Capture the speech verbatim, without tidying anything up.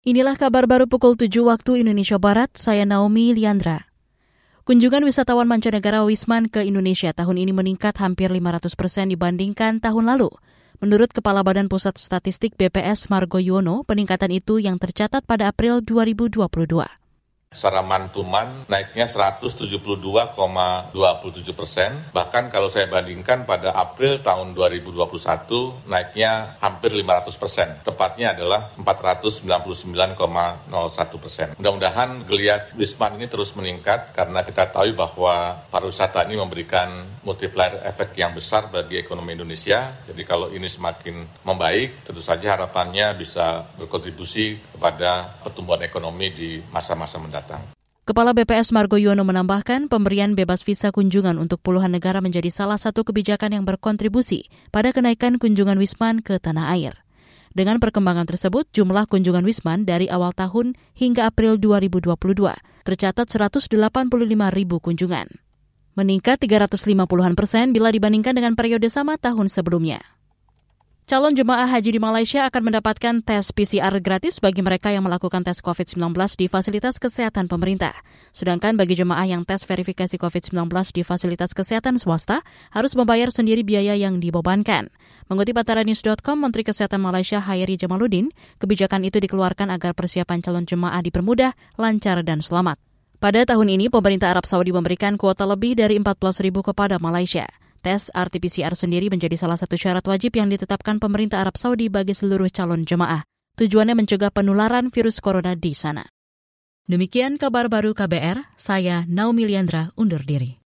Inilah kabar baru pukul tujuh waktu Indonesia Barat, saya Naomi Liandra. Kunjungan wisatawan mancanegara Wisman ke Indonesia tahun ini meningkat hampir lima ratus persen dibandingkan tahun lalu. Menurut Kepala Badan Pusat Statistik B P S Margo Yuwono, peningkatan itu yang tercatat pada April dua ribu dua puluh dua. Secara mantuman naiknya seratus tujuh puluh dua koma dua tujuh persen, bahkan kalau saya bandingkan pada April tahun dua ribu dua puluh satu naiknya hampir lima ratus persen, tepatnya adalah empat ratus sembilan puluh sembilan koma nol satu persen. Mudah-mudahan geliat Wisman ini terus meningkat karena kita tahu bahwa pariwisata ini memberikan multiplier efek yang besar bagi ekonomi Indonesia. Jadi kalau ini semakin membaik, tentu saja harapannya bisa berkontribusi kepada pertumbuhan ekonomi di masa-masa mendatang. Kepala B P S Margo Yuwono menambahkan pemberian bebas visa kunjungan untuk puluhan negara menjadi salah satu kebijakan yang berkontribusi pada kenaikan kunjungan Wisman ke tanah air. Dengan perkembangan tersebut, jumlah kunjungan Wisman dari awal tahun hingga April dua ribu dua puluh dua tercatat seratus delapan puluh lima ribu kunjungan. Meningkat tiga ratus lima puluhan persen bila dibandingkan dengan periode sama tahun sebelumnya. Calon jemaah haji di Malaysia akan mendapatkan tes P C R gratis bagi mereka yang melakukan tes covid sembilan belas di fasilitas kesehatan pemerintah. Sedangkan bagi jemaah yang tes verifikasi covid sembilan belas di fasilitas kesehatan swasta harus membayar sendiri biaya yang dibebankan. Mengutip antara news dot com, Menteri Kesehatan Malaysia Hairi Jamaluddin, kebijakan itu dikeluarkan agar persiapan calon jemaah dipermudah, lancar dan selamat. Pada tahun ini, pemerintah Arab Saudi memberikan kuota lebih dari empat belas ribu kepada Malaysia. Tes R T P C R sendiri menjadi salah satu syarat wajib yang ditetapkan pemerintah Arab Saudi bagi seluruh calon jemaah. Tujuannya mencegah penularan virus corona di sana. Demikian kabar baru K B R, saya Naomi Liandra undur diri.